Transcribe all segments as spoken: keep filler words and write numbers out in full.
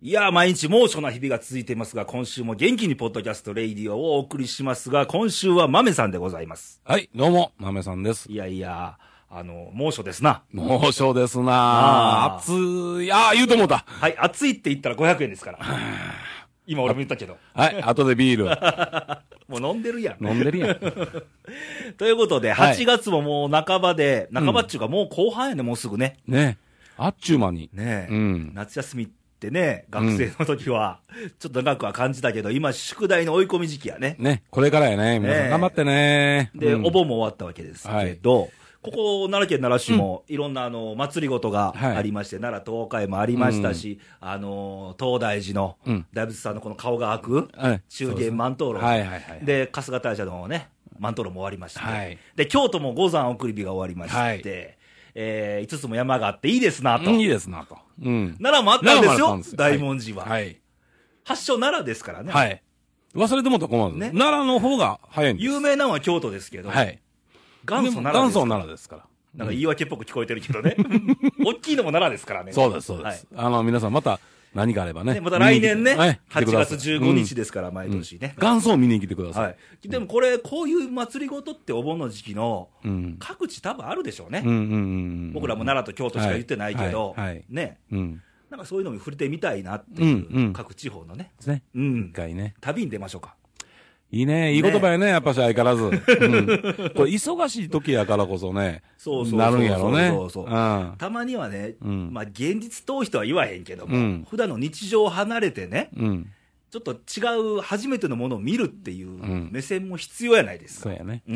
いやー、毎日猛暑な日々が続いていますが、今週も元気にポッドキャストレイディオをお送りしますが、今週は豆さんでございます。 はい、どうも、豆さんです。 いやいや、あの、猛暑ですな。 猛暑ですな。暑い。ああ、言うと思った。 はい、暑いって言ったらごひゃくえんですから。今俺も言ったけど。 はい、後でビール。 もう飲んでるやん。 飲んでるやん。 ということで、はちがつももう半ばで、はい、半ばっちゅうかもう後半やね、もうすぐね。 ねあっちゅう間に。 ねえ、うん、夏休みってね、学生の時は、ちょっと長くは感じたけど、今、宿題の追い込み時期やね。 ね、これからやね。皆さん頑張ってね。 で、うん、お盆も終わったわけですけど、はい、ここ、奈良県奈良市も、いろんな、あの、祭りごとがありまして、うん、奈良東海もありましたし、うん、あの、東大寺の、大仏さんのこの顔が開く、うん、中元万灯籠、はいはいはい、で、春日大社のね、万灯籠も終わりまして、はい、で、京都も五山送り火が終わりまして、はい、えー、いつつも山があっていいですなと。 いいですなと。 うん。奈良もあったんですよ、 すよ大文字は。 はい。 発祥奈良ですからね。 はい。忘れてもったら困る。ね。奈良の方が早いんです。 有名なのは京都ですけど。 はい。 元祖奈良です。 元祖奈良ですから。 なんか言い訳っぽく聞こえてるけどね。大きいのも奈良ですからね。 そうです、そうです。はい、あの、皆さんまた、何かあればね。 また来年ね、はちがつじゅうごにちですから、毎年ね。 元祖を見に来てください。はい。 でもこれ、こういう祭りごとってお盆の時期の、各地多分あるでしょうね。僕らも奈良と京都しか言ってないけど、ね。なんかそういうのに触れてみたいなっていう、各地方のね。 ですね。うん。一回ね。 旅に出ましょうか。 いいね。いい言葉やね、やっぱし相変わらず。うん。これ忙しい時やからこそね。そうそう。なるんやろね。そうそう。 たまにはね、まあ現実逃避とは言わへんけども、普段の日常を離れてね、ちょっと違う初めてのものを見るっていう目線も必要やないですか。 そうやね。うん。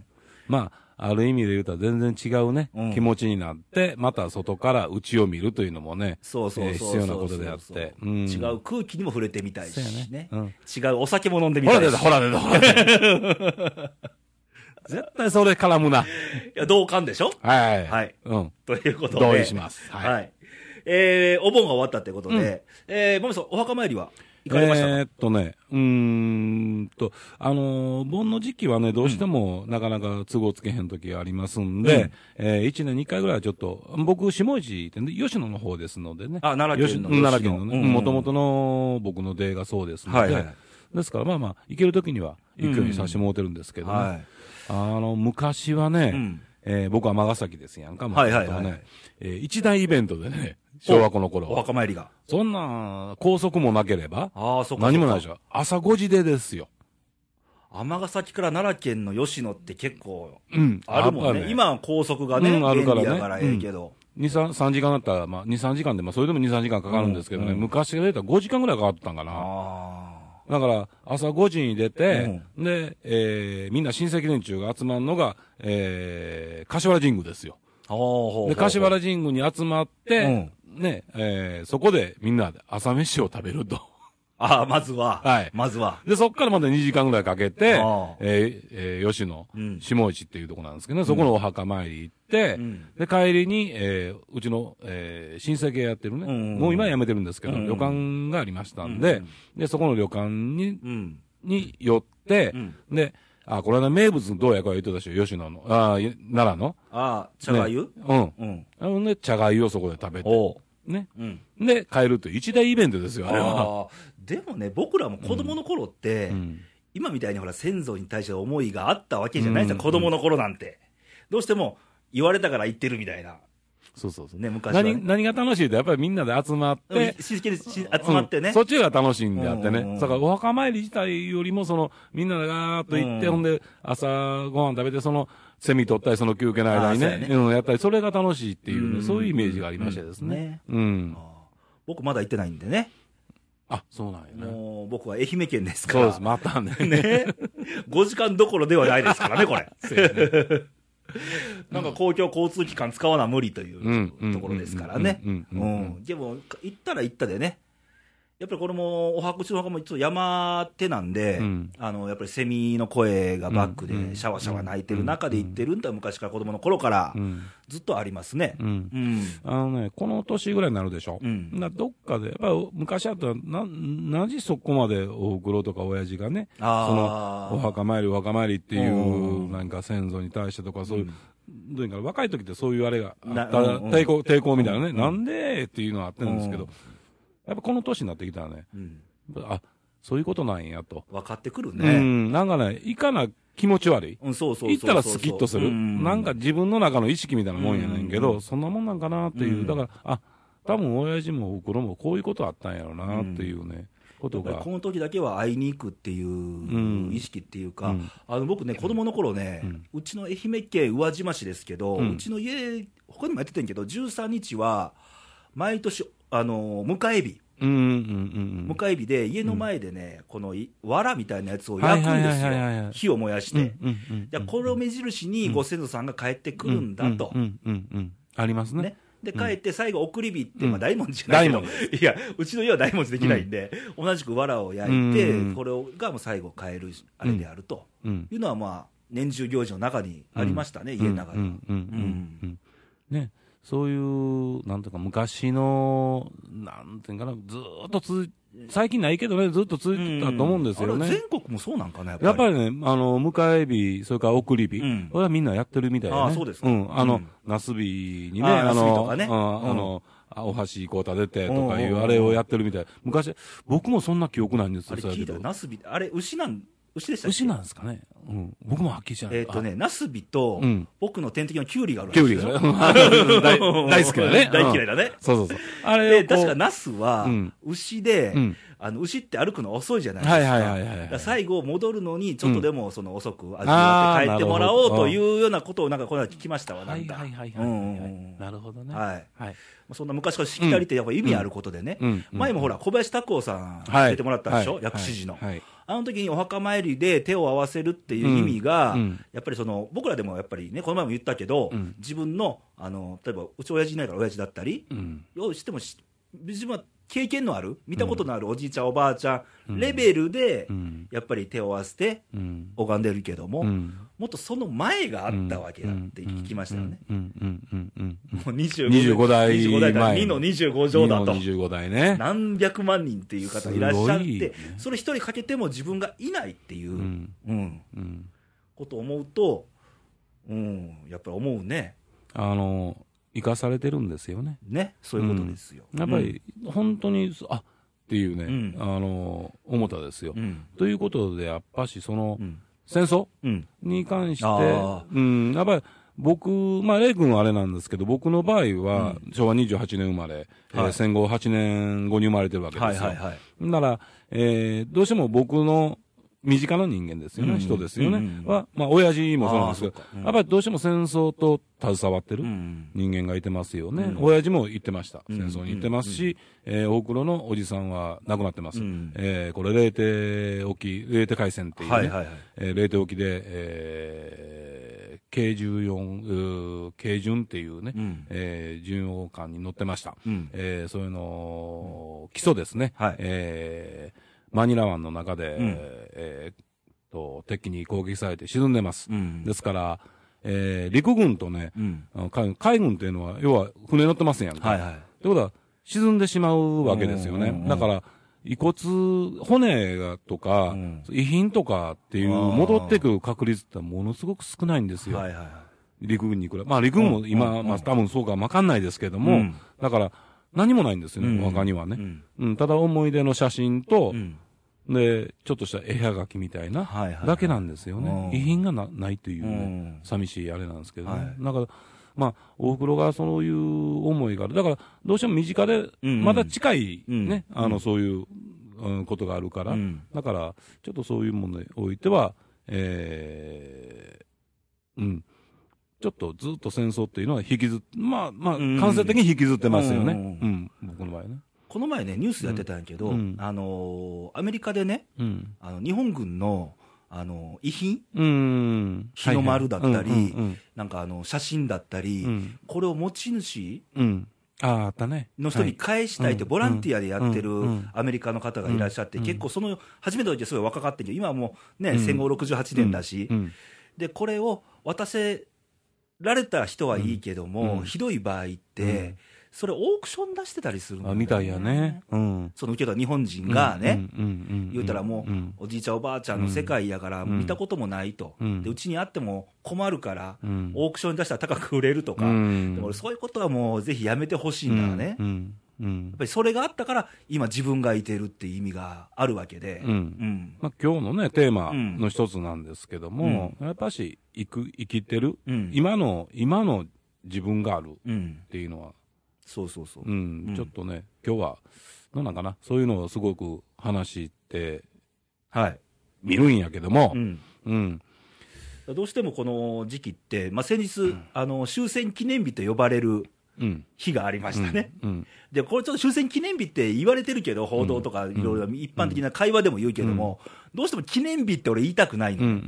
まあ、ある意味で言うと全然違うね、気持ちになって、また外から内を見るというのもね、そうそう必要なことであって。 違う空気にも触れてみたいしね。違うお酒も飲んでみたいし。 ほら出た、ほら出た。絶対それ絡むな。いや、同感でしょ？ はい。 はい。うん。ということで。 同意します。 はい。えー、お盆が終わったってことで、えー、もみさん、お墓参りは行かれましたか？ えーっとね、うーんと、あのー、盆の時期はね、どうしても、なかなか都合つけへん時がありますんで、うん、えー、いちねんにいっかいぐらいはちょっと、僕、下市って、ね、吉野の方ですのでね。 あ、奈良県の。 奈良県のね、もともとの僕の出がそうですので、はいはい、ですから、まあまあ、行ける時には行くようにさせてもらってるんですけどね。うんはい、あの、昔はね、うんえー、僕は尼崎ですやんか、もともとね、えー、一大イベントでね、小学校の頃は。 お墓参りが。 そんな、高速もなければ、あそこ何もないでしょ。朝ごじでですよ。 尼崎から奈良県の吉野って結構、うん、あるもんね。ね今は高速がね、うん、あるからね。便利だからええけど。 うん、に、さん、さんじかんだったら、まあ、に、さんじかんで、まあ、それでもに、さんじかんかかるんですけどね、うんうん、昔が出たらごじかんぐらいかかってたんかな。あだから、朝ごじに出て、うん、で、えー、みんな親戚連中が集まるのが、えー、柏神宮ですよ。で、柏神宮に集まって、うんね、えー、そこでみんなで朝飯を食べると。 ああ、まずは。 はい。 まずは。 で、そっからまたにじかんぐらいかけて、えー、えー、吉野、うん、下市っていうところなんですけどね、そこのお墓参り行って、うん、で、帰りに、えー、うちの、えー、親戚がやってるね、うん、もう今は辞めてるんですけど、うん、旅館がありましたんで、うん、で、そこの旅館に、うん、に寄って、うん、で、あ、これは名物どうやか言ってたでしょ、吉野の。あ奈良の。 あ茶がゆ、ね、 うん。うん。あのね、茶がゆをそこで食べて。ね。うん。で、帰るという一大イベントですよ、あれは。あでもね、僕らも子供の頃って、うん、今みたいにほら、先祖に対して思いがあったわけじゃないですか、うん、子供の頃なんて。どうしても、言われたから言ってるみたいな。 そうそうそう。 ね、昔は、ね。 何、何が楽しいって、やっぱりみんなで集まって。 親戚で集まってね、 うん。そっちが楽しいんであってね。うんうん、だからお墓参り自体よりも、その、みんなでガーッと行って、うん、ほんで、朝ご飯食べて、その、セミ取ったり、その休憩の間にね、ねうん、やったり、それが楽しいっていうね、うん、そういうイメージがありましてですね。うん。ねうん、 僕まだ行ってないんでね。 あ、そうなんやね。 もう、僕は愛媛県ですから。 そうです、またね。 ね。ごじかんどころではないですからね、これ。なんか公共交通機関使わな無理というところですからね。でも、行ったら行ったでね。やっぱりこれも、お墓、うちのお墓も一応山手なんで、うん、あの、やっぱりセミの声がバックで、シャワシャワ鳴いてる中で行ってるんだ、昔から子供の頃から、ずっとありますね。うん。うん、 あのね、この年ぐらいになるでしょ。うん。だどっかで、やっぱり昔あったら、な、なぜそこまでおふくろとか親父がね、その、お墓参り、お墓参りっていう、なんか先祖に対してとか、そういう、どういうか若い時ってそういうあれがあった、抵抗、抵抗みたいなね、なんでっていうのはあったんですけど、 やっぱこの年になってきたらね、うん、あ、そういうことなんやと。 分かってくるね。 うん、なんかね、いかな気持ち悪い。 うん、そうそうそうそう。 行ったらスキッとする、うん。なんか自分の中の意識みたいなもんやねんけど、うん、そんなもんなんかなっていう。だから、あ、多分親父もおふくろもこういうことあったんやろなっていうね。うんことがこの時だけは会いに行くっていう意識っていうか、うん、あの僕ね、子供の頃ね、うん、うちの愛媛県宇和島市ですけど、うん、うちの家、他にもやってたんやけど、じゅうさんにちは毎年、あの迎え日、うんうんうんうん、迎え日で家の前でね、うん、この藁みたいなやつを焼くんですよ、火を燃やして、これを目印にご先祖さんが帰ってくるんだと。 ありますね。 ねで帰って最後送り火って、まあ、大文字じゃないけど、いやうちの家は大文字できないんで、同じく藁を焼いて、これがもう最後帰るあれであるというのは、まあ年中行事の中にありましたね、家の中では。 ね、そういうなんていうか昔のなんていうかな、ずーっと続い最近ないけどね、ずっと続いてたと思うんですよね。 全国もそうなんかな、 やっぱり。やっぱりね、あの、迎え日、それから送り日、うん、これはみんなやってるみたいなね。ああ、そうですか。うん。あの、なすびにね、あの、あの、お箸こう立ててとかいう、あれをやってるみたい。昔、僕もそんな記憶ないんですよ、 あれ聞いたよ、なすび、あれ、牛なん、牛でしたっけ？ 牛なんですかね。うん。僕もはっきり知らない。 えっとね、なすびと、僕の天敵のキュウリがあるんですよ。キュウリが大好きだね。 大嫌いだね。 そうそうそう。 あれ、確かなすは、牛で、あの牛って歩くの遅いじゃないですか。はいはいはいはい。最後戻るのにちょっとでもその遅く味わって帰ってもらおうというようなことをなんかこの間聞きましたわ。はいはいはいはい。 なるほどね。 はいはい。そんな昔からしきたりってやっぱ意味あることでね。前もほら小林拓夫さん出てもらったでしょ、薬師寺の。あの時にお墓参りで手を合わせるっていう意味がやっぱりその僕らでもやっぱりね、この前も言ったけど、自分のあの例えばうち親父いないから親父だったり、ようしても自分は経験のある見たことのあるおじいちゃん、おばあちゃんレベルでやっぱり手を合わせて拝んでるけども、もっとその前があったわけだって聞きましたよね。もうにじゅうごだいからにのにじゅうご乗だと何百万人っていう方いらっしゃって、それ一人かけても自分がいないっていうことを思うと、やっぱり思うね。 あの生かされてるんですよね。 ね、そういうことですよ。 うん、やっぱり、本当に、あっていうね、うん、あの、思ったですよ。うん、ということで、やっぱし、その、うん、戦争、うん、に関して、うん、やっぱり、僕、まあ、レイ君はあれなんですけど、僕の場合は、うん、しょうわにじゅうはちねん生まれ、はい、えー、戦後はちねんごに生まれてるわけですよ。はいはいはい。だから、えー、どうしても僕の、身近な人間ですよね、うん、人ですよね、うんうん、は、まあ、親父もそうなんですけど、うん、やっぱりどうしても戦争と携わってる人間がいてますよね。うん、親父も行ってました。戦争に行ってますし、うんうん、えー、大黒のおじさんは亡くなってます。うん、えー、これ、霊亭沖、霊亭海戦っていうね、はいはいはい、えー、霊亭沖で、えー、軽重四、軽順っていうね、うん、えー、巡洋艦に乗ってました。うん、えー、そういうの、基礎ですね。はい、えーマニラ湾の中で、うん、えー、と敵に攻撃されて沈んでます。うん、ですから、えー、陸軍とね、うん、海, 海軍っていうのは、要は船乗ってますやんか。はいはい。ってことは、沈んでしまうわけですよね。だから、遺骨、骨がとか、うん、遺品とかっていう、戻ってくる確率ってものすごく少ないんですよ。はいはいはい。陸軍に比べ。まあ陸軍も今、うん、まあ多分そうかわかんないですけども、うん、だから、何もないんですよね、お墓にはね、うんうん。ただ思い出の写真と、うん、で、ちょっとした絵はがきみたいな、はいはいはい、だけなんですよね。遺品が な, ないというね、寂しいあれなんですけどね。はい、だから、まあ、おふくろがそういう思いがある。だから、どうしても身近で、まだ近いね、うん、あの、そういう、うん、ことがあるから、うん、だから、ちょっとそういうものにおいては、えー、うん。ちょっとずっと戦争っていうのは引きずっ、まあまあ、間接的に引きずってますよね。うん、うん、僕の場合ね。この前ね、ニュースでやってたんやけど、うん、あのー、アメリカでね、うん、あの日本軍の、あのー、遺品、うん、日の丸だったり、なんかあの、写真だったり、うん、これを持ち主、うん、 ああったね。 の人に返したいってボランティアでやってるアメリカの方がいらっしゃって、結構その、初めての時はすごい若かったけど、今はもうね、戦後ろくじゅうはちねんだし、で、これを渡せ、られた人はいいけども、うん、ひどい場合って、うん、それオークション出してたりするんだよね。 あ、みたいやね。 うん。その受けた日本人がね、言うたらもう、うん、おじいちゃんおばあちゃんの世界やから見たこともないと。うん、で、うちにあっても困るから、うん、オークションに出したら高く売れるとか。うん、でも俺そういうことはもうぜひやめてほしいんだよね。うんうんうん、やっぱりそれがあったから今自分がいてるっていう意味があるわけで、うんうんまあ、今日のねテーマの一つなんですけども、うん、やっぱし生く生きてる、うん、今の今の自分があるっていうのは、うん、 そうそうそう、 うんうん、ちょっとね今日はどうなんかな、そういうのをすごく話してはい見るんやけども、うんうん、 どうしてもこの時期って、まあ、先日、うん、あの終戦記念日と呼ばれる日がありましたね、うんうん、でこれちょっと終戦記念日って言われてるけど、報道とかいろいろ一般的な会話でも言うけども、どうしても記念日って俺言いたくないの、うんうんうん、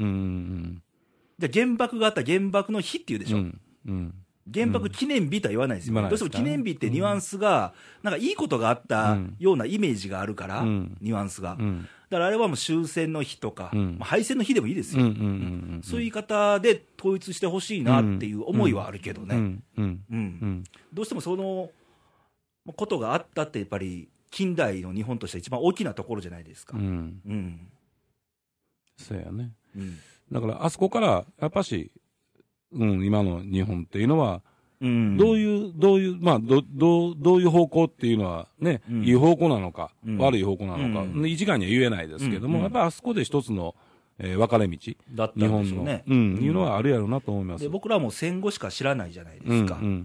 で原爆があった原爆の日って言うでしょ、うんうん、原爆記念日とは言わないですよ、うん、どうしても記念日ってニュアンスが、なんかいいことがあったようなイメージがあるから、うん、ニュアンスが、うん、だからあれはもう終戦の日とか、うんまあ、敗戦の日でもいいですよ、そういう言い方で統一してほしいなっていう思いはあるけどね、どうしてもそのことがあったって、やっぱり近代の日本としては一番大きなところじゃないですか。うんうん、 そうやね、うん、だからあそこからやっぱし、うん、今の日本っていうのは、うん、どういう、どういう、まあ、ど、どう、どういう方向っていうのはね、うん、いい方向なのか、うん、悪い方向なのか、うん、一概には言えないですけども、うん、やっぱりあそこで一つの、えー、分かれ道だったんでしょうね。 日本の、うん、いうのはあるやろうなと思います。 で僕らはもう戦後しか知らないじゃないですか。うんうんうん、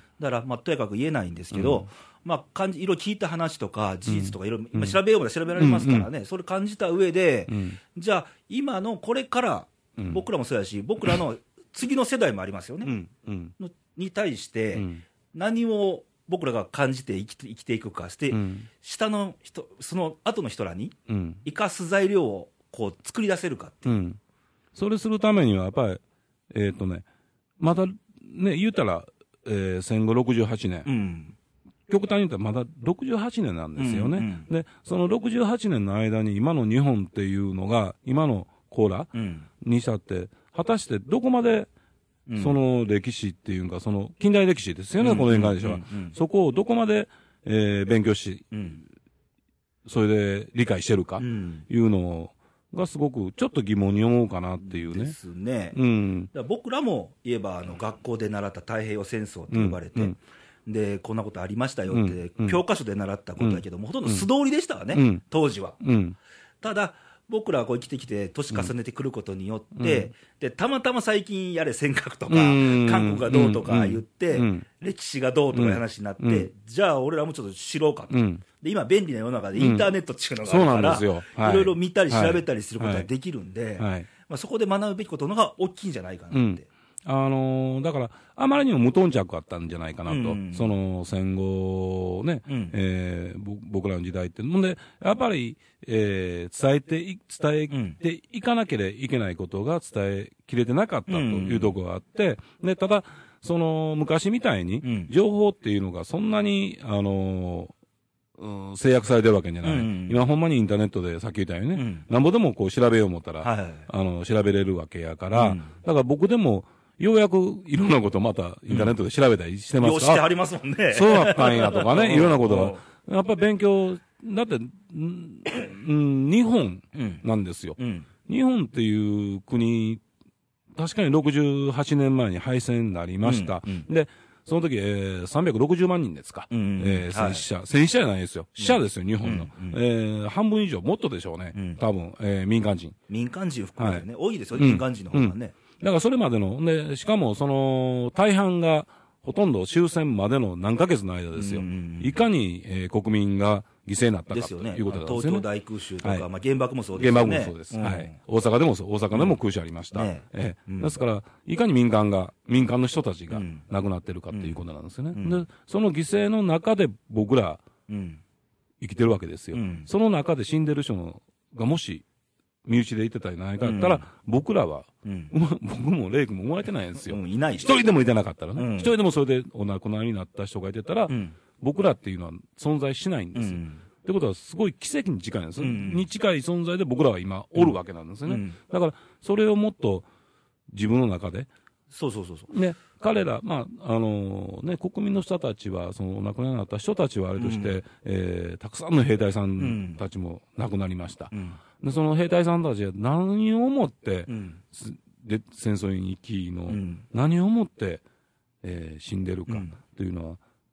だから、まあ、とやかく言えないんですけど、うん、まあ、感じ、いろいろ聞いた話とか、事実とかいろいろ、今調べようまで調べられますからね、うんうん、それ感じた上で、うん、じゃあ、今のこれから、僕らもそうやし、僕らの次の世代もありますよね。うんうんに対して何を僕らが感じて生きて、生きていくかして、うん、下の人、その後の人らに生かす材料をこう作り出せるかっていう、うん、 それするためにはやっぱりえっ、ー、とねまだね言うたら、えー、戦後ろくじゅうはちねん、うん、極端に言ったらまだろくじゅうはちねんなんですよね、うんうん、でそのろくじゅうはちねんの間に今の日本っていうのが今のコーラにしたって果たしてどこまでその歴史っていうか、その近代歴史ですよね、うん、この辺関しては、うんうんうん。そこをどこまで、えー、勉強し、うん、それで理解してるか、いうのがすごくちょっと疑問に思うかなっていうね。 ですね。うん、だ僕らも言えばあの学校で習った太平洋戦争って呼ばれて、うんうん、でこんなことありましたよって、うん、教科書で習ったことだけども、うん、ほとんど素通りでしたわね、うん、当時は。うん、ただ僕らはこう生きてきて年重ねてくることによって、うん、でたまたま最近やれ尖閣とか、うん、韓国がどうとか言って、うん、歴史がどうとかいう話になって、うん、じゃあ俺らもちょっと知ろうかと、うん、で今便利な世の中でインターネットっていうのがあるから、はい、いろいろ見たり調べたりすることができるんで、はいはいまあ、そこで学ぶべきことのが大きいんじゃないかなって、うんあのー、だから、あまりにも無頓着あったんじゃないかなと。うん、その戦後ね、うん、えー、僕らの時代って。ほんで、やっぱり、えー、伝えてい、伝えていかなければいけないことが伝えきれてなかったというところがあって、うん、で、ただ、その、昔みたいに、情報っていうのがそんなに、あのー、うん、制約されてるわけじゃない、うん、今ほんまにインターネットでさっき言ったようにね、うん、なんぼでもこう調べよう思ったら、はいはい、あの、調べれるわけやから、うん、だから僕でも、ようやくいろんなことまたインターネットで調べたりしてますから、うん、ようしてありますもんね。 そうだったんやとかね、いろんなことは。やっぱり勉強、だって、ん、ん、日本なんですよ、うん。日本っていう国、確かにろくじゅうはちねんまえに敗戦になりました。うんうん、で、その時、えー、さんびゃくろくじゅうまんにんですか。うんうんえー、戦死者、はい。戦死者じゃないですよ。死者ですよ、日本の。うんうん、えー、半分以上、もっとでしょうね。うん、多分、えー、民間人。 民間人含めてね、はい、多いですよ、民間人の方がね。うんだからそれまでの、で、しかもその、大半が、ほとんど終戦までの何ヶ月の間ですよ。いかに、えー、国民が犠牲になったかということなんですよね。 東京大空襲とか、はい、まあ原爆もそうですよね。 原爆もそうです。うん、はい。大阪でもそう、大阪でも空襲ありました。うんねえーうん、ですから、いかに民間が、民間の人たちが亡くなってるかっていうことなんですよね。うん、で、その犠牲の中で僕ら、生きてるわけですよ。うん、その中で死んでる人がもし、身内でいてたりないかったら、うん、僕らは、うん、僕もレイ君も生まれてないんですよ。うん、いない。一人でもいてなかったらね。一、うん、人でもそれでお亡くなりになった人がいてたら、うん、僕らっていうのは存在しないんですよ。うん、ってことはすごい奇跡に近いんです、うん、に近い存在で僕らは今おるわけなんですよね。うん、だからそれをもっと自分の中で、 そうそうそうそう。 ね、彼ら、まあ、あのー、ね、国民の人たちは、その、お亡くなりになった人たちはあれとして、うん、えー、たくさんの兵隊さんたちも亡くなりました。うん、で、その兵隊さんたちは何を思って、うん、で、戦争に行きの、うん、何を思って、えー、死んでるか、というのは、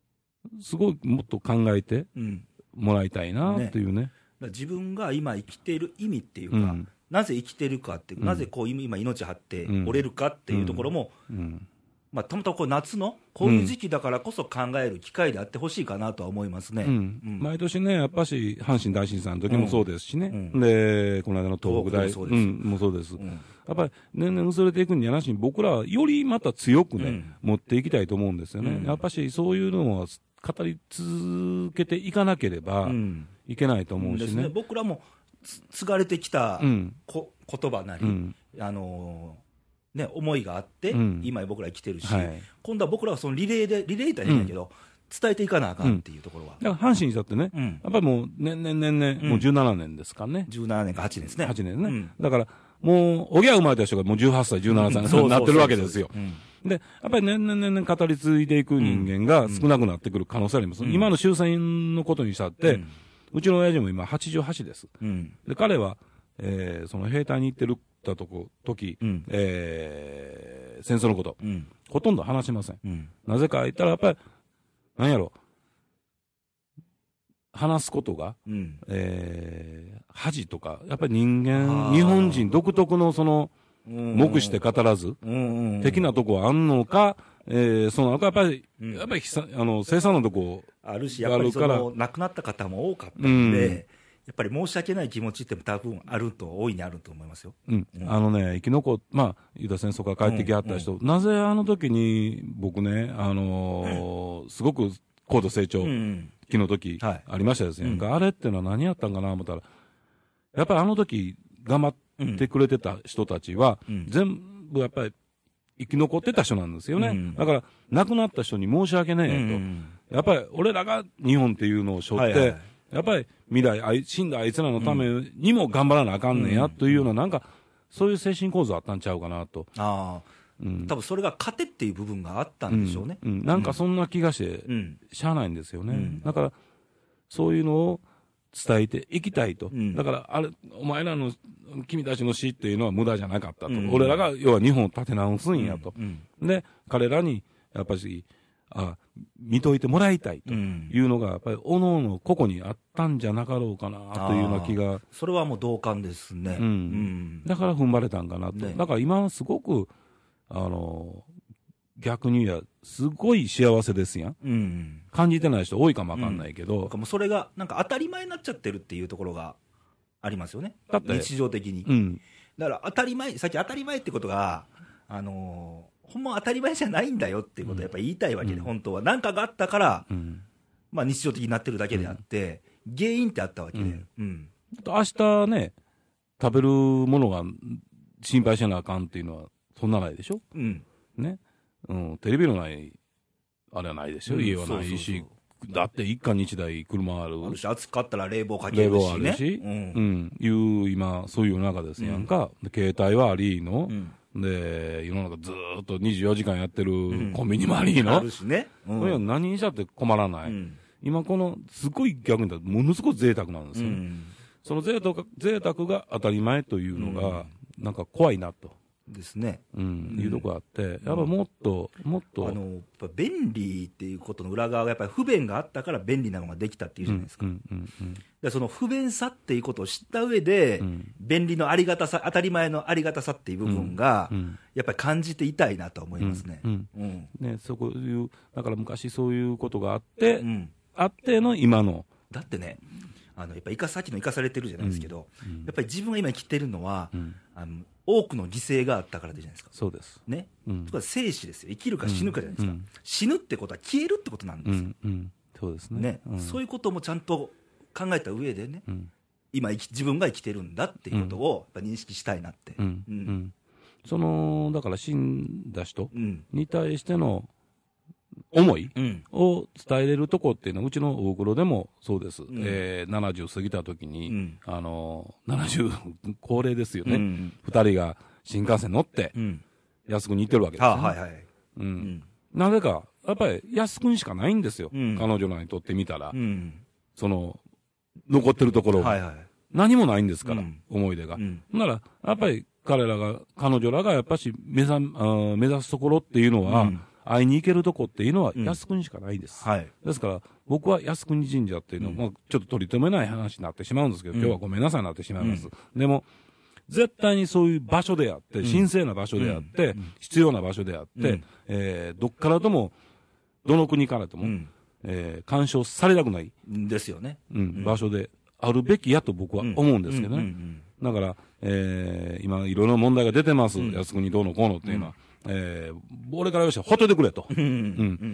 すごいもっと考えてもらいたいなっていうね。ね、 自分が今生きている意味っていうか、うん、なぜ生きてるかって、うん、なぜこう今命張って折れるかっていうところも、うんうん、まあ、たまたまこう夏のこういう時期だからこそ考える機会であってほしいかなとは思いますね、 うんうん、毎年ね、やっぱし阪神大震災の時もそうですしね、うん、でこの間の東北大震災もそうです、うん、やっぱり年々薄れていくんじゃなしに、僕らはよりまた強くね、うん、持っていきたいと思うんですよね、うん、やっぱしそういうのは語り続けていかなければいけないと思うしね、うんですね、 僕らも継がれてきた、うん、こ言葉なり、うん、あのーね、思いがあって、うん、今僕ら生きてるし、はい、今度は僕らはそのリレーで、リレーって変だけど、うん、伝えていかなあかんっていうところは。 だから阪神にだってね、うん、やっぱりもう年々年々、うん、もうじゅうななねんですかね。 じゅうななねんかはちねんですね。 はちねんね。うん、だから、もう、おぎゃ生まれた人がもうじゅうはっさい、じゅうななさいになってるわけですよ。で、やっぱり年々年々語り継いでいく人間が少なくなってくる可能性あります。うん、今の終戦のことにしたって、うん、うちの親父も今はちじゅうはちです。うん、で、彼は、えー、その兵隊に行ってるたとこ、時、うん、えー、戦争のこと、うん、ほとんど話しません。うん、なぜか言ったら、やっぱり、なんやろ、話すことが、うん、えー、恥とか、やっぱり人間、日本人独特のその、目して語らず、的なとこはあんのか、えー、そのやっぱり、うん、やっぱりあの生産のとこあるし、やっぱりその亡くなった方も多かったので、うん、やっぱり申し訳ない気持ちって多分あると、大いにあると思いますよ。 うん。うん、あのね、生き残っ、まあ、ユダ戦争から帰ってきはった人、うんうん、なぜあの時に僕ね、あのーうん、すごく高度成長期の時、ありましたですね、うん。あれってのは何やったんかな思ったら、やっぱりあの時頑張ってくれてた人たちは、うん、全部やっぱり生き残ってた人なんですよね。うん、だから、亡くなった人に申し訳ねえと。うん、やっぱり俺らが日本っていうのを背負って、はいはい、やっぱり未来あい、死んだあいつらのためにも頑張らなあかんねんやというような、なんか、そういう精神構造あったんちゃうかなと。 ああ。うん、多分それが糧っていう部分があったんでしょうね。 うんうん、なんかそんな気がして、しゃあないんですよね。うん、だから、そういうのを伝えていきたいと。うん、だから、あれ、お前らの、君たちの死っていうのは無駄じゃなかったと。うん、俺らが、要は日本を立て直すんやと。うんうん、で、彼らに、やっぱり、あ、見といてもらいたいというのが、やっぱり、おのおの個々にあったんじゃなかろうかなというような気が。 それはもう同感ですね。うん。うん、 だから踏ん張れたんかなと。ね、だから今、すごく、あの、逆に言えば、すごい幸せですやん。うん、感じてない人多いかもわかんないけど。 うん、もうそれが、なんか当たり前になっちゃってるっていうところがありますよね。だって日常的に。うん、だから当たり前、さっき当たり前ってことが、あのー、ほんま当たり前じゃないんだよっていうことをやっぱり言いたいわけで、うん、本当は。何かがあったから、うん、まあ日常的になってるだけであって、うん、原因ってあったわけで。うんうん、 明日ね、食べるものが心配しなあかんっていうのは、そんなないでしょ、うん、ね。うん、テレビのない、あれはないですよ。うん、家はないし、そうそうそう、だって一家に一台車ある。 あるし、暑かったら冷房かけるし、ね。冷房あるし、 うん、うん、いう今、そういう中ですやんか。うん、携帯はありの、うん、で、世の中ずーっとにじゅうよじかんやってるコンビニもありの。うん、 あるしね。 うん、それは何にしたって困らない。うん、今この、すごい逆に言ったら、ものすごい贅沢なんですよ。うん、その贅沢が、贅沢が当たり前というのが、うん、なんか怖いなと。 ですね。 うん。いうとこあって、やっぱもっと、もっと。 あの、やっぱ便利っていうことの裏側が、やっぱり不便があったから便利なのができたっていうじゃないですか。うんうんうん、でその不便さっていうことを知った上で、うん、便利のありがたさ、当たり前のありがたさっていう部分が、うんうん、やっぱり感じていたいなと思いますね。うんうんうん、 ね、そこいう、だから昔そういうことがあって、うん、あっての今の。 だってね、あのやっぱ生かさっきの生かされてるじゃないですけど、うんうん、やっぱり自分が今生きてるのは、うん、あの多くの犠牲があったからでじゃないですか。 そうです。 ね。うん、とか生死ですよ。生きるか死ぬかじゃないですか。うん、死ぬってことは消えるってことなんですよ。うんうん、 そうですね。 ね、うん。そういうこともちゃんと考えた上でね、うん、今生き自分が生きてるんだっていうことをやっぱ認識したいなって。うんうんうん、 そのだから死んだ人に対しての思いを伝えれるとこっていうのは、うちの大黒でもそうです。うん、えー、ななじゅう過ぎた時に、うん、あのー、ななじゅう高齢ですよね。うん、二人が新幹線乗って、うん、安くに行ってるわけですよ、ね。はいはい。うん。うん、なぜか、やっぱり安くにしかないんですよ。うん、彼女らにとってみたら。うん、その、残ってるところが。はいはい、何もないんですから、うん、思い出が。うん、なら、やっぱり彼らが、彼女らがやっぱし目指、目指すところっていうのは、うん、 会いに行けるとこっていうのは靖国しかないです。 うん、はい。 ですから、僕は靖国神社っていうのは、うん、まあ、ちょっと取り留めない話になってしまうんですけど、うん、今日はごめんなさいになってしまいます。うん、でも、絶対にそういう場所であって、うん、神聖な場所であって、うん、必要な場所であって、うん、えー、どっからとも、どの国からとも、うん、えー、干渉されたくない。 ですよね。 うん、うん、場所であるべきやと僕は思うんですけどね。だから、えー、今いろいろ問題が出てます。靖国どうのこうのっていうのは。うん、えー、俺からよっしゃ、ほっといてくれと。うん。うん。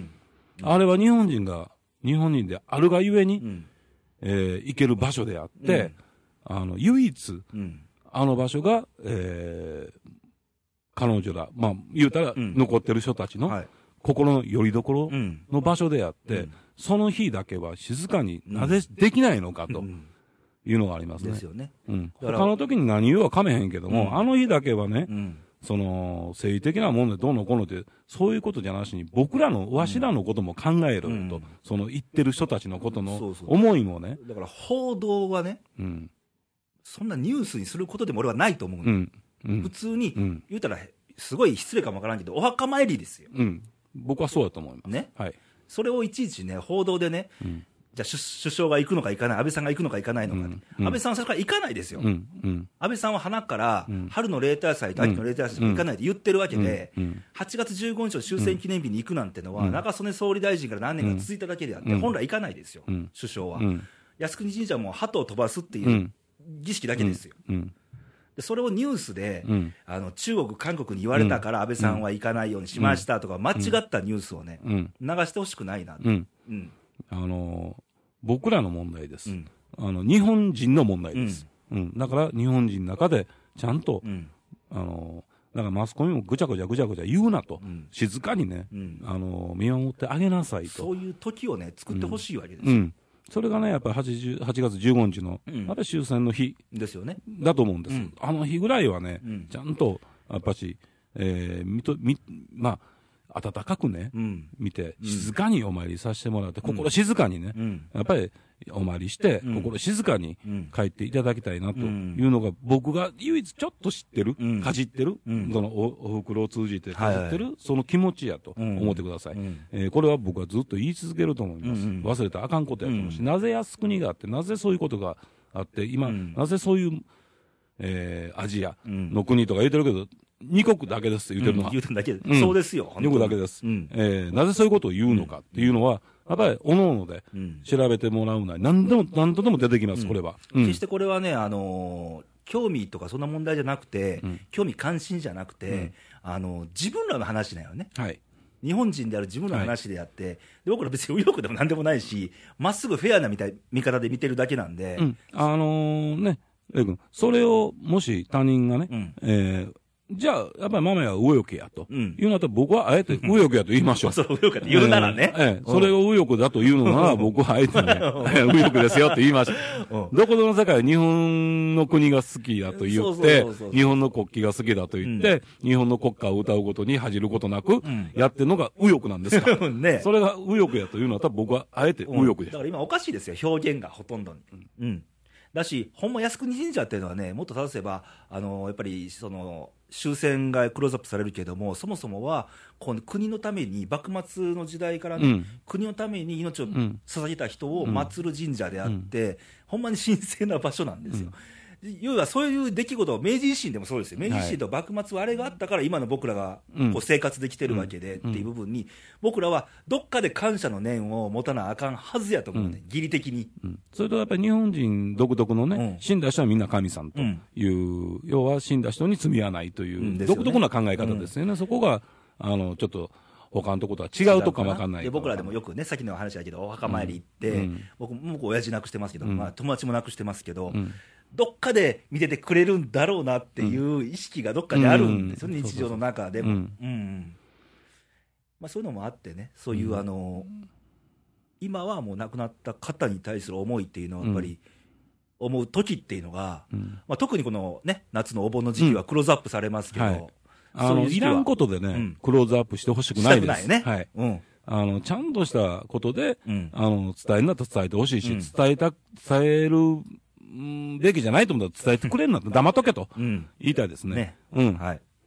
あれは日本人が、日本人であるがゆえに、うん、えー、行ける場所であって、うん、あの、唯一、うん、あの場所が、えー、彼女ら、まあ、言うたら、残ってる人たちの、はい、心の拠り所の場所であって、うん、その日だけは静かになぜできないのかというのがありますね。 ですよね。 うん。他の時に何言うはかめへんけども、うん、あの日だけはね、うん、その、政治的なもんでどうのこうのって、そういうことじゃなしに、僕らの、わしらのことも考えろよと、うん、その言ってる人たちのことの思いもね。そうそうだから報道はね、うん、そんなニュースにすることでも俺はないと思う、うんうん、普通に、うん、言うたら、すごい失礼かもわからんけど、お墓参りですよ。 うん僕はそうだと思います。 ね。 はい。 それをいちいちね、報道でね、うん、じゃあ首相が行くのか行かない、安倍さんが行くのか行かないのか、うんうん、安倍さんはそれから行かないですよ。うんうん、安倍さんは鼻から、うん、春の例大祭と秋の例大祭しか行かないって言ってるわけで、うんうん、はちがつじゅうごにちの終戦記念日に行くなんてのは、うん、中曽根総理大臣から何年か続いただけであって、うん、本来行かないですよ、うん、首相は。うん、靖国神社も鳩を飛ばすっていう儀式だけですよ。うんうんでそれをニュースで、うん、あの中国、韓国に言われたから安倍さんは行かないようにしましたとか、間違ったニュースをね、うん、流してほしくないな、うんうん、 あの僕らの問題です、うん、あの日本人の問題です、うんうん、だから日本人の中でちゃんと、うん、あのだからマスコミもぐちゃぐちゃぐちゃぐちゃ言うなと、うん、静かにね、うん、あの見守ってあげなさいと、 そういう時をね、作ってほしいわけですよ。 うんうんそれがね、やっぱりはちがつじゅうごにちの、うん、やっぱり終戦の日ですよね。 だと思うんです、うん。あの日ぐらいはね、うん、ちゃんと、やっぱし、えー、みと、み、まあ、温かくね、うん、見て、静かにお参りさせてもらって、心静かにね、うん、やっぱりお参りして、うん、心静かに帰っていただきたいなというのが、僕が唯一ちょっと知ってる、うん、かじってる、うん、そのお、お袋を通じてかじってる、はいはい、その気持ちやと思ってください、うんえー。これは僕はずっと言い続けると思います。うん、忘れたらあかんことやと思うし、うん、なぜ靖国があって、なぜそういうことがあって、今、うん、なぜそういう、えー、アジアの国とか言ってるけど、にこくだけです言ってるのは。 うん、言うてるだけで、うん、そうですよ。 にこくだけです、うんえー。なぜそういうことを言うのかっていうのは、やっぱり、おのおので調べてもらうなり、何でも、何とでも出てきます、これは。 うん、決してこれはね、あのー、興味とかそんな問題じゃなくて、うん、興味関心じゃなくて、うん、あのー、自分らの話だよね。はい。日本人である自分の話であって、はい、で僕ら別に右翼でもなんでもないし、まっすぐフェアな見た見方で見てるだけなんで。 うん、あのー、ね、レイ君、それをもし他人がね、うん、えーじゃあ、やっぱり豆は右翼やと。うん、いうのだと僕はあえて右翼やと言いましょう。 それ右翼やと言うならね。 ええ、それを右翼だというのなら僕はあえてね、右翼ですよって言いましょう。どこぞの世界は日本の国が好きだと言って、日本の国旗が好きだと言って、うん、日本の国歌を歌うことに恥じることなく、やってるのが右翼なんですから。ね、それが右翼やというのは多分僕はあえて右翼です。 だから今おかしいですよ、表現がほとんどに。うん。だし、ほんま靖国神社っていうのはね、もっと正せば、あの、やっぱり、その、終戦がクローズアップされるけれども、そもそもは、この国のために、幕末の時代からね、うん、国のために命を捧げた人を祀る神社であって、うん、ほんまに神聖な場所なんですよ。うん要はそういう出来事、明治維新でもそうですよ、明治維新と幕末はあれがあったから、今の僕らがこう生活できてるわけでっていう部分に、僕らはどっかで感謝の念を持たなあかんはずやと思うね、義理的に。 うん、それとやっぱり日本人独特のね、うん、死んだ人はみんな神さんという、うん、要は死んだ人に罪はないという、うんね、独特な考え方ですよね、うん、そこがあのちょっと。他のところとは違うとか分かんないで僕らでもよくね、さっきの話だけど、お墓参り行って、うん、僕も親父亡くしてますけど、うんまあ、友達も亡くしてますけど、うん、どっかで見ててくれるんだろうなっていう意識がどっかであるんですよね、うん、日常の中でも。うんうんまあ、そういうのもあってね、そういう、うん、あの今はもう亡くなった方に対する思いっていうのはやっぱり、思う時っていうのが、うんまあ、特にこの、ね、夏のお盆の時期はクローズアップされますけど、うんはいあのいらんことでね、うん、クローズアップしてほしくないです。したくないね。はい。うん。あの、ちゃんとしたことで、うん、あの、伝えるんだったら伝えてほしいし、うん、伝えた、伝える、んべきじゃないと思ったら伝えてくれんなって黙っとけと、うん、言いたいですね。ね。うん。はい。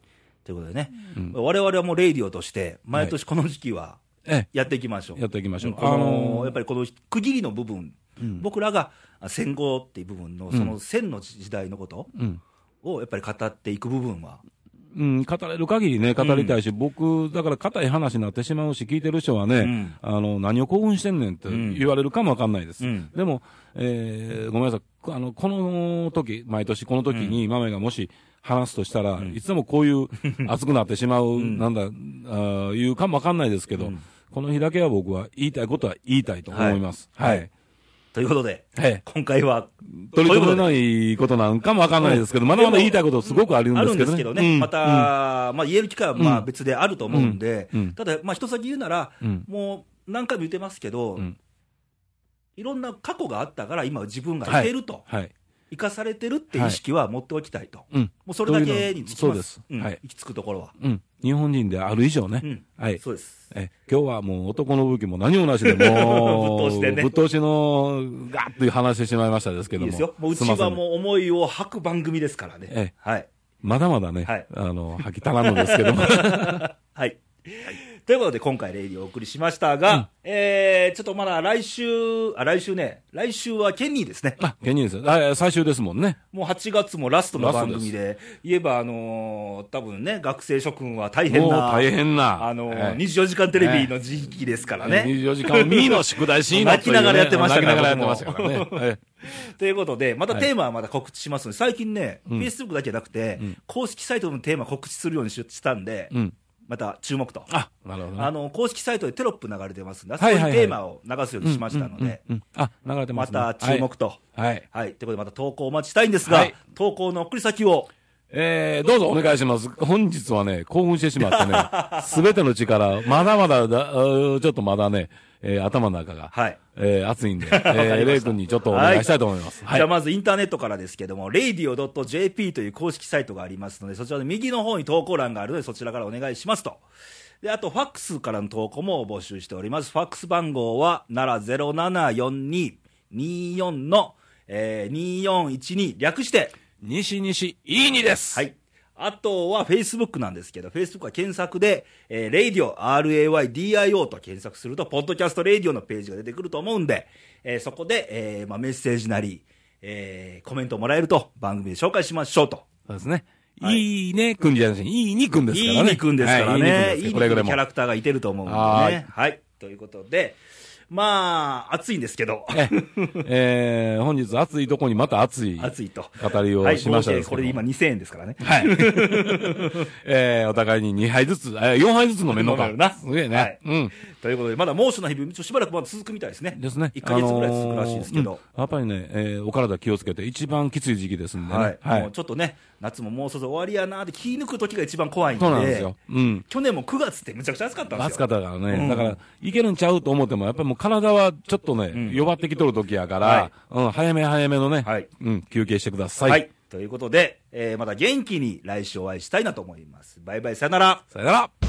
ということでね、うん、我々はもうレイディオとして、毎年この時期はやっていきましょう。 やっていきましょう。 この、あのー、やっぱりこの区切りの部分、うん、僕らが戦後っていう部分の、その戦の時代のことをやっぱり語っていく部分は、 うん、語れる限りね、語りたいし、うん、僕、だから硬い話になってしまうし、聞いてる人はね、うん、あの、何を興奮してんねんって言われるかもわかんないです。うん、でも、えー、ごめんなさい。あの、この時、毎年この時に、豆がもし話すとしたら、うん、いつでもこういう熱くなってしまう、うん、なんだ、あ言うかもわかんないですけど、うん、この日だけは僕は言いたいことは言いたいと思います。はい。はい、 ということで、はい、今回は、 取り留めないことなんかもわかんないですけど、まだまだ言いたいことすごくあるんですけどね。あるんですけどね。 うん、また、うん、まあ言える機会はまあ別であると思うんで、うん、ただ、まあ一先言うなら、うん、もう何回も言ってますけど、うん、いろんな過去があったから今自分がいけると。はいはい、生かされてるって意識は持っておきたいと。はい、もうそれだけにつきます。 そうです。 うん、はい。行き着くところは。 うん。日本人である以上ね。うん、はい。 そうです。 え、今日はもう男の武器も何もなしでもう、ぶっ通しでね。ぶっ通しのガーッという話してしまいましたですけども。いいですよ。 もううちはもう思いを吐く番組ですからね。え、はい。 まだまだね、はい、あの、吐き足らんのですけども。 はい。はい。ということで、今回、レイディをお送りしましたが、うん、えー、ちょっとまだ来週、あ、来週ね、来週はケニーですね。 あ、ケニーです。あ、最終ですもんね。 もうはちがつもラストの番組で、言えば、あのー、多分ね、学生諸君は大変な、 もう大変な、 あのー、えー、にじゅうよじかんテレビの時期ですからね。 えー、にじゅうよじかんミーの宿題シーン泣きながらやってましたから、 泣きながらやってましたからね。えーということで、またテーマはまた告知しますので、最近ね、フェイスブックだけじゃなくて、うん、公式サイトのテーマ告知するようにしたんで、うん、また注目と。 あ、なるほど、ね。 あの、公式サイトでテロップ流れてますんで、そういうテーマを流すようにしましたので、 あ、流れてますね。また注目と。 はい。 はい。ということで、また投稿お待ちしたいんですが、はい、投稿の送り先を、 えー、どうぞお願いします。本日はね、興奮してしまってね、すべての力、まだまだだ、ちょっとまだね、えー、頭の中が、はい、えー、熱いんで、えー、レイ君にちょっとお願いしたいと思います。 はい、じゃあまずインターネットからですけども、レイディオ ドット ジェーピー という公式サイトがありますので、そちらの右の方に投稿欄があるので、そちらからお願いしますと。で、あと、ファックスからの投稿も募集しております。ファックス番号は、奈良 ゼロななよんに にーよん の、えー、にーよんいちに、略して、 西西いいにです。 はい。あとは、フェイスブックなんですけど、フェイスブックは検索で、えー、レイディオ、アールエーワイディーアイオー と検索すると、ポッドキャストレイディオのページが出てくると思うんで、えー、そこで、えー、まあ、メッセージなり、えー、コメントもらえると、番組で紹介しましょうと。 そうですね。はい、いいねくんじゃないですいいにくんですからね。 いいにくんですからね。いいにくんのキャラクターがいてると思うんでね。はいはい。ということで、まあ、暑いんですけど。 え、えー、本日暑いとこにまた暑い。 暑いと。 語りをしました、 はい、これで今にせんえんですからね。 はい。えー、お互いににはいずつ、えー、よんはいずつ飲めんのか。 な。 すげえね。はい。 うん。ということで、まだ猛暑の日々、しばらくまだ続くみたいですね。 ですね。 いっかげつぐらい続くらしいですけど。 あのーうん、やっぱりね、えー、お体気をつけて、一番きつい時期ですんでね。 はい。はい、もうちょっとね、夏ももうそろそろ終わりやなーって気抜く時が一番怖いんで。 そうなんですよ。うん。 去年もくがつってむちゃくちゃ暑かったんですよ。 暑かったからね。うん、だから、いけるんちゃうと思っても、やっぱりもう体はちょっとね、うん、弱ってきとる時やから、はい、うん、早め早めのね、はい、うん、休憩してください。はい。 ということで、えー、また元気に来週お会いしたいなと思います。バイバイ、さよなら。 さよなら。